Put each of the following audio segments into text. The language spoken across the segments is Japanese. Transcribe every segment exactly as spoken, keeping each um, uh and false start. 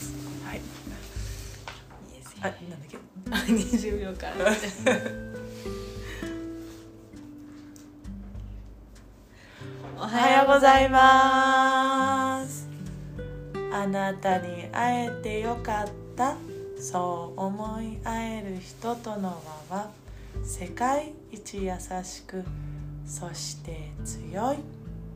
。 はい。 いいですよ。 あ、なんだっけ。 にじゅうびょうかん。おはようございます。 あなたに会えてよかった。そう思い合える人との輪は世界一優しく、そして強い。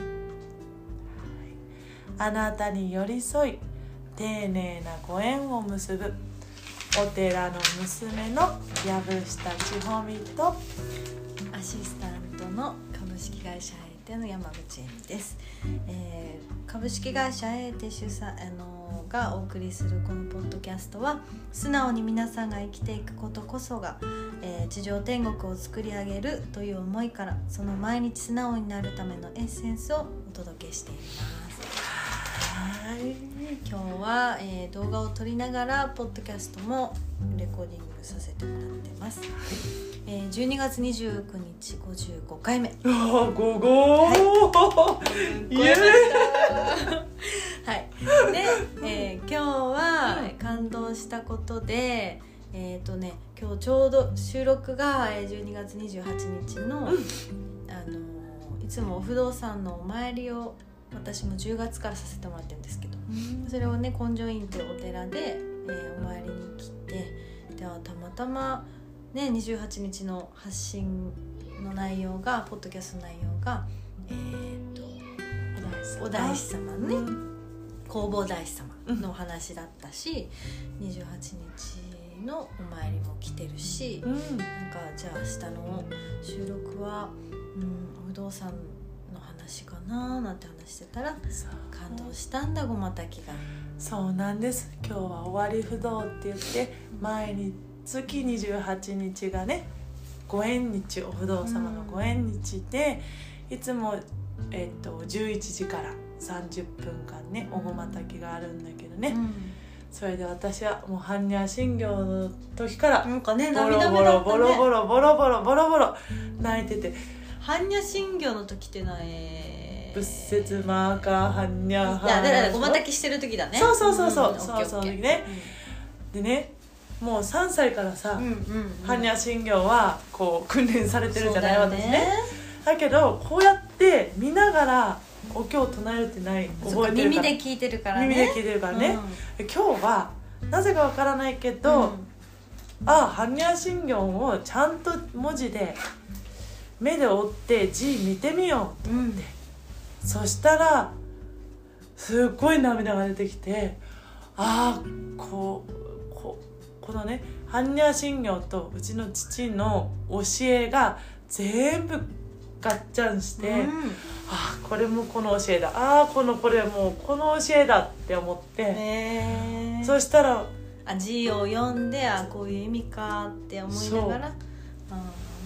あなたに寄り添い丁寧なご縁を結ぶお寺の娘の藪下千穂美とアシスタントの株式会社エーテの山口恵美です。えー、株式会社エーテ主催あのがお送りするこのポッドキャストは、素直に皆さんが生きていくことこそが、えー、地上天国を作り上げるという思いから、その毎日素直になるためのエッセンスをお届けしています。はい、今日は、えー、動画を撮りながらポッドキャストもレコーディングさせてもらってます。えー、じゅうにがつにじゅうくにちごじゅうごかいめ。 あーごごー、はい、イエーイはい、で、えー、今日は感動したことで、えーとね、今日ちょうど収録がじゅうにがつにじゅうはちにちの、うん、あのいつもお不動産のお参りを私もじゅうがつからさせてもらってるんですけど、うん、それをね根性院っていうお寺で、えー、お参りに来て、ではたまたまねにじゅうはちにちの発信の内容がポッドキャストの内容がえーとお大師様ね、うん、弘法大師様のお話だったし、うん、にじゅうはちにちのお参りも来てるし、うん、なんかじゃあ明日の収録は、うん、お不動産の話かななんて話してたら感動したんだ、ごまたきが。 そうなんです。今日は終わり不動って言って毎日月にじゅうはちにちがねご縁日、お不動様のご縁日で、いつも、えー、とじゅういちじからさんじゅっぷんかんねおごまたきがあるんだけどね、うん、それで私はもう般若心経の時からなんかねボロボロボロボロボロボロボロボロ泣いてて、 般若心経の時ってのはえー、 仏説マーカー般若いやだからごまたきしてる時だね。 そうそうそうそう、うん、 そうそうね、うん、でねもうさんさいからさ、うんうんうん、般若心経はこう訓練されてるじゃない、私ね。だけどこうやって見ながらお経を唱えるってない覚えてるから、 耳で聞いてるからね耳で聞いてるからね、うん、今日はなぜかわからないけど、うん、あ般若心経をちゃんと文字で目で追って字見てみようと思って、うん、そしたらすっごい涙が出てきて、ああこうここのね般若心経とうちの父の教えが全部ガッチャンして、うん、あこれもこの教えだ、あこのこれもうこの教えだって思って、へそしたらあ字を読んで、あこういう意味かって思いながら、あ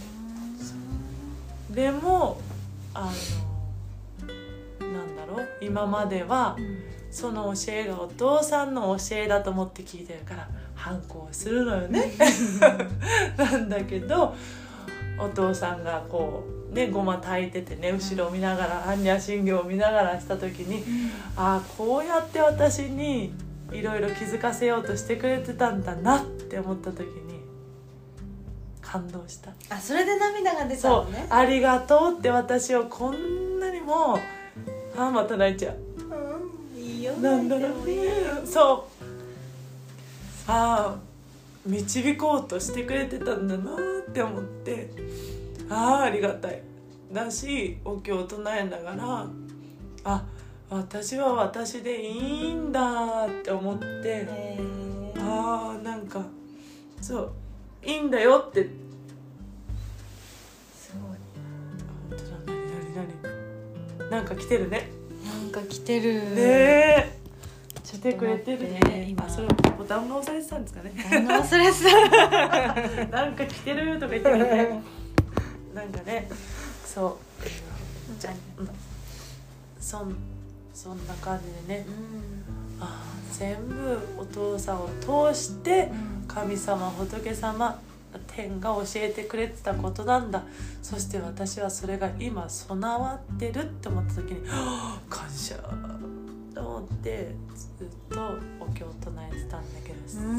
でもあのなんだろう今までは、うん、その教えがお父さんの教えだと思って聞いてるから反抗するのよねなんだけどお父さんがこうねごま炊いててね後ろを見ながら般若心経を見ながらした時に、うん、ああこうやって私にいろいろ気づかせようとしてくれてたんだなって思った時に感動した。 あそれで涙が出たのね。 そうありがとうって私をこんなにもあまた泣いちゃう、 うん、いいよなんだろうね。そうああ導こうとしてくれてたんだなって思って、ああありがたいだし、お経を唱えながらあ私は私でいいんだって思って、ああなんかそういいんだよって。 すごい本当だ。何何何なんか来てるね。 なんか来てるねえ来てくれてるね。今それボタンが押されてたんですかね。 ボタンが押されてたなんか来てるとか言ってくれてなんかねそうじゃあ、うん、そんそんな感じでね、うん、あ全部お父さんを通して神様仏様天が教えてくれてたことなんだ。そして私はそれが今備わってるって思った時に、はあ、感謝と思っってずっとお経を唱えてたんだけどさ、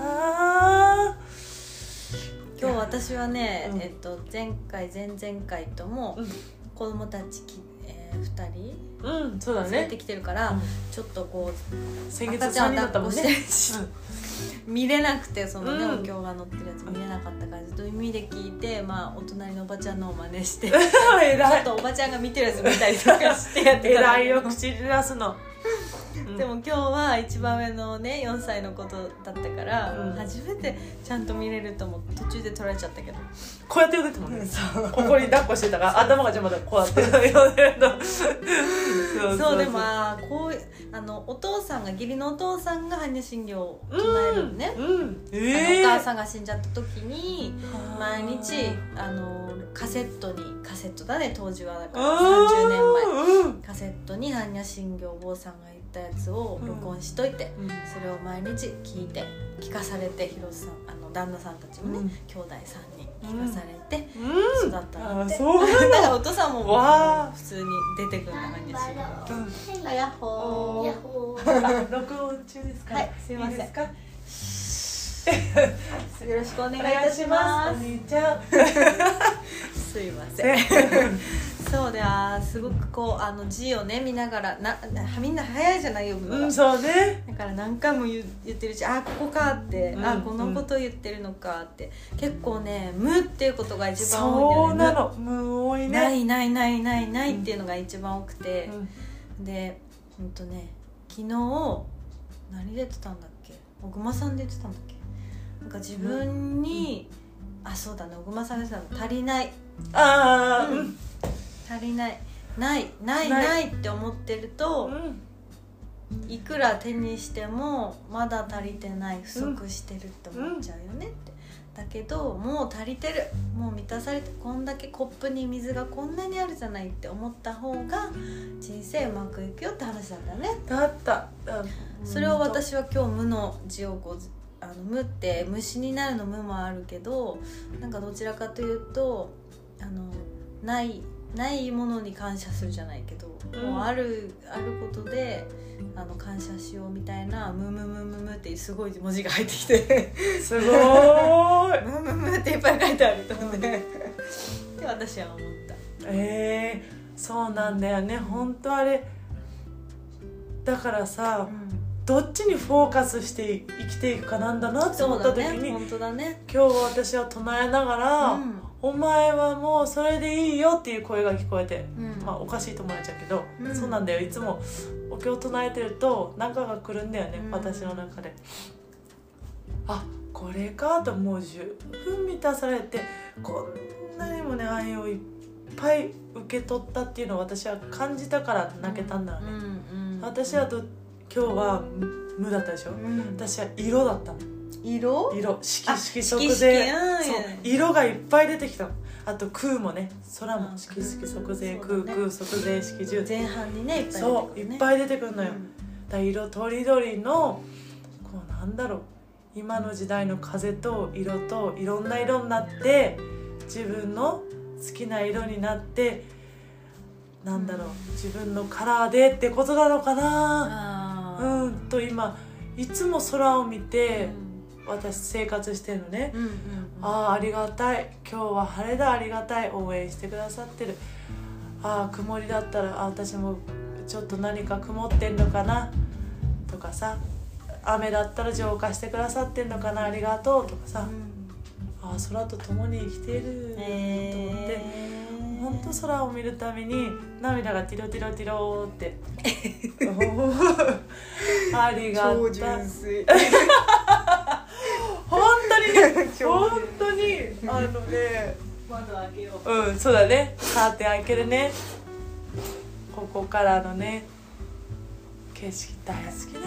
今日私はね、 うん、 えっと、前回前々回とも子供たちき、えー、ふたりうんそうだね連れてきてるから、 うん、 ちょっとこう先月さんになったもんね、 うん、見れなくてそのね、 うん、 お経が載ってるやつ見れなかったからずっと耳で聞いて、まあ、お隣のおばちゃんのを真似してちょっとおばちゃんが見てるやつ見たりとかしてやってた偉いよ口に出すのでも今日は一番上のねよんさいのことだったから、 うん、 初めてちゃんと見れると思って途中で撮られちゃったけどこうやって読んでたもんね、 うん、そうここに抱っこしてたから頭が邪魔でこうやって読んでるのそうそうでもあこうあのお父さんが義理のお父さんが般若心経を唱えるのね、 うんうんえー、 あのお母さんが死んじゃった時に毎日あのカセットにカセットだね当時はだからさんじゅうねんまえ、うん、カセットに般若心経お坊さんが言ったやつを録音しといて、うん、それを毎日聞いて聞かされて広瀬さんあの旦那さんたちもね、うん、兄弟さんに聞かされて、うん、育ったので、うん、そうだからお父さんも普通に出てくるんだ般若心経、うん、ヤッホーヤッホー録音中ですか、 はいすいませんいいですかよろしくお願いいたします。お兄ちゃん。すいません。そうであすごくこうあの字をね見ながらなみんな早いじゃないよ、 うん、そうね。 だから何回も 言, 言ってるしあここかって、うん、あこのこと言ってるのかって、うん、結構ね無っていうことが一番多いんだよね。 そうなの無多いね。 ないないないないないっていうのが一番多くて、うん、でうんとね昨日何で言ってたんだっけ小熊さんで言ってたんだっけなんか自分に、うん、あそうだね小熊さんが言ってたの足りないああ、うん、 足りないないないないって思ってると、うん、いくら手にしてもまだ足りてない不足してるって思っちゃうよねって、うん、だけどもう足りてるもう満たされてこんだけコップに水がこんなにあるじゃないって思った方が人生うまくいくよって話なんだね。 だったそれを私は今日無の字をこうあの無って虫になるの無もあるけどなんかどちらかというとあのないないものに感謝するじゃないけど、うん、もうあるあることであの感謝しようみたいなムムムムムってすごい文字が入ってきてすごーいムムムっていっぱい書いてあると思ってで私は思った。 えー、そうなんだよね本当あれだからさ、うんどっちにフォーカスして生きていくかなんだなって思った時に、 ね、本当だね、 今日私は唱えながら、うん、お前はもうそれでいいよっていう声が聞こえて、うんまあ、おかしいと思われちゃうけど、うん、そうなんだよいつもお経を唱えてると何かが来るんだよね、うん、私の中であこれかともう十分満たされてこんなにもね愛をいっぱい受け取ったっていうのを私は感じたから泣けたんだよね、うんうん、私はど今日は無だったでしょ、うん、私は色だったの色色色色即税そう色がいっぱい出てきたのあと空もね空も色色即税空空即税色十前半にねいっぱい出てくる、ね、 そういっぱい出てくるのよ、うん、だ色とりどりのこうなんだろう今の時代の風と色といろんな色になって自分の好きな色になってなんだろう自分のカラーでってことなのかなうんと今いつも空を見て、うん、私生活してるのね、うんうんうん、ああありがたい今日は晴れだありがたい応援してくださってるああ曇りだったらあ私もちょっと何か曇ってんのかなとかさ雨だったら浄化してくださってんのかなありがとうとかさ、うん、ああ空と共に生きていると思って、えー本当空を見るたびに涙がティロティロティロってありがたい超純粋本当にね本当にあのね窓開けよううんそうだねカーテン開けるねここからのね景色大好きなのそう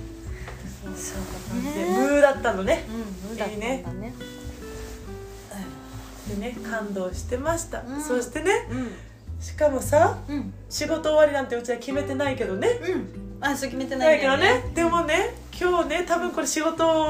そうだねムーだったのね、 うん、ムーだったんだね、いいねでね感動してました、うん、そしてね、うん、しかもさ、うん、仕事終わりなんてうちは決めてないけどね、 うん、あそう決めてないんだよね、 ねでもね今日ね多分これ仕事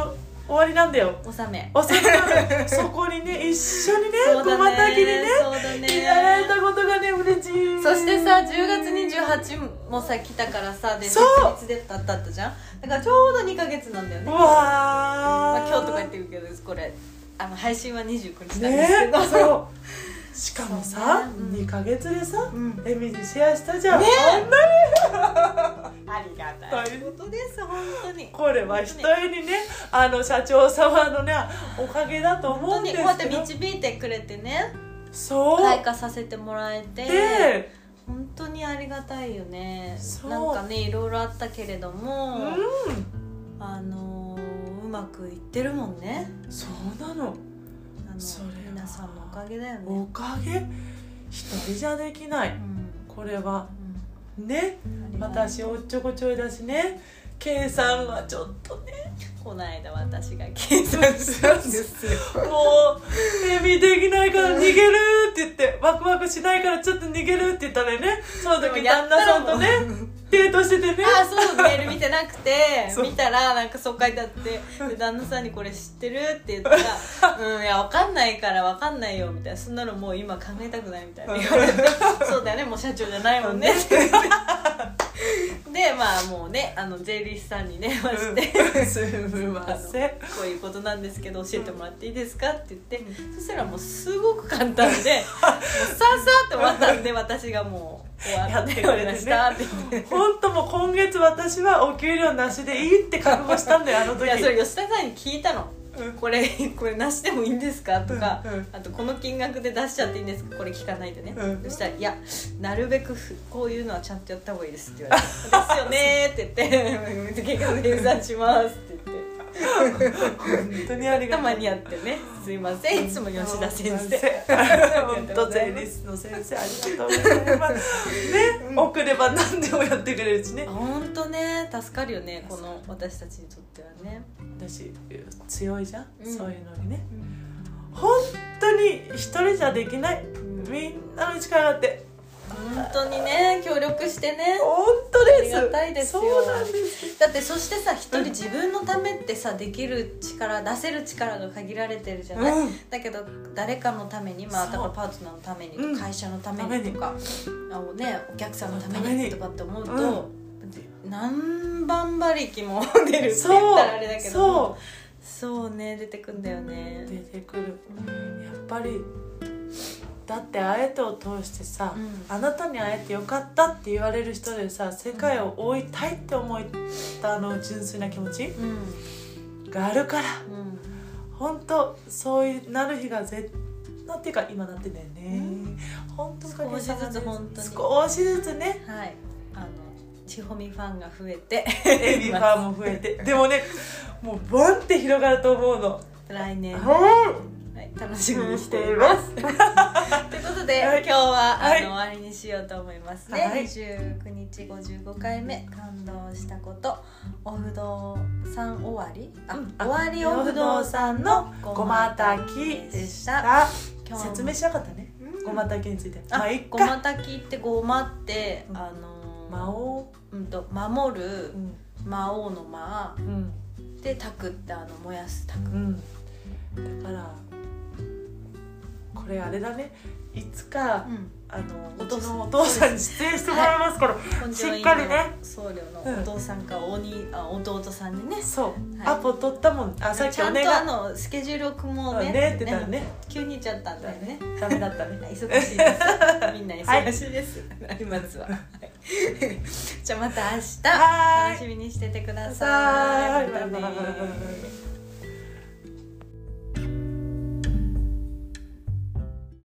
終わりなんだよ。 納め納めなの。そこにね一緒にねごまたきにねいただいたことがね嬉しい。 そしてさじゅうがつにじゅうはちもさ来たからさで設立でだったじゃん。だからちょうどにかげつなんだよね。 うわー、 まあ、今日とか言ってるけどこれあの配信はにじゅうくにちなんですけど、 ね、そうしかもさ、 うん、 にかげつでさ、 うん、 エミにシェアしたじゃん、 ね、 あんなにありがたいことです本当に。 これはひとえにねあの社長様のねおかげだと思うんですけど、 本当にこうやって導いてくれてね、 そう開花させてもらえてで本当にありがたいよね。 そうなんかねいろいろあったけれども、 うん、 あのうまくいってるもんね。 そうなの。 あのそれは皆さんのおかげだよね。 おかげ一人じゃできない、うん、これは、うん、ね私おっちょこちょいだしね、計算はちょっとねこの間私が計算したんですよもうエミできないから逃げるって言ってワクワクしないからちょっと逃げるって言ったらね、その時旦那さんとねデートしててね、 あそうメール見てなくて見たらなんかそう書いてあってで旦那さんにこれ知ってるって言ったらうんいや分かんないから分かんないよみたいな、そんなのもう今考えたくないみたいな言われてそうだよねもう社長じゃないもんねって言ってでまあもうねあの税理士さんに電話して、 すみませんこういうことなんですけど教えてもらっていいですかって言って、うん、そしたらもうすごく簡単でもうさーさーって終わったんで私がもう終わってくれましたって言って本当もう今月私はお給料なしでいいって覚悟したんだよあの時。 いやそれ吉田さんに聞いたの、うん、これこれなしでもいいんですかとか、うんうん、あとこの金額で出しちゃっていいんですかこれ聞かないでね、うん、そしたらいやなるべくこういうのはちゃんとやった方がいいですって言われてですよねって言って結局計算しますって言って本当にありがとう。 たまにやってねすいませんいつも吉田先生本当税理士の先生ありがとうございますね、うん、送れば何でもやってくれるしね。 本当ね助かるよねこの私たちにとってはね。 私強いじゃん、うん、そういうのにね、 うん、 本当に一人じゃできない、うん、みんなの力があって本当にね協力してね本当です。 ありがたいですよ。 そうなんです。 だってそしてさ一人自分のためってさできる力出せる力が限られてるじゃない、うん、だけど誰かのためにまあだからパートナーのためにとか、うん、会社のためにとかあの、ね、お客さんのためにとかって思うと、うん、何番馬力も出るって言ったらあれだけどそうそうね出てくんだよね。 出てくる、うん、やっぱりだってあえてを通してさ、うん、あなたに会えてよかったって言われる人でさ世界を覆いたいって思ったあの純粋な気持ち、うん、があるから、うん、本当そうなる日が絶対っていうか今なってんだよね、うん、本当少しずつ本当に少しずつね、 はいあのちほみファンが増えてエビファンも増えてでもねもうバンって広がると思うの来年、ねはい、楽しみにしていますということで、はい、今日は、はい、あの終わりにしようと思いますね、はい、にじゅうくにちごじゅうごかいめ感動したことお不動産終わりあ、うん、終わりお不動産のごまたきでした今日説明しなかったね、うん、ごまたきについてあ、まあ、ごまたきってごまって、うん、あの魔王、 うんと、守る、うん、魔王の魔、うん、でたくってあの燃やすたく、うん、 だからこれあれだねいつか、うん、あのうちのお父さんに出演してもらいますから、はい、しっかりね僧侶のお父さんか、うん、おにあ弟さんにねそう、はい、アポ取ったもんあさっきお願いちゃんとあのスケジュールを組もうねねってたらね急に言っちゃったんだよねダメだったね忙しいですみんな忙しいです有松は、はい、じゃあまた明日楽しみにしててください。 バイバイ。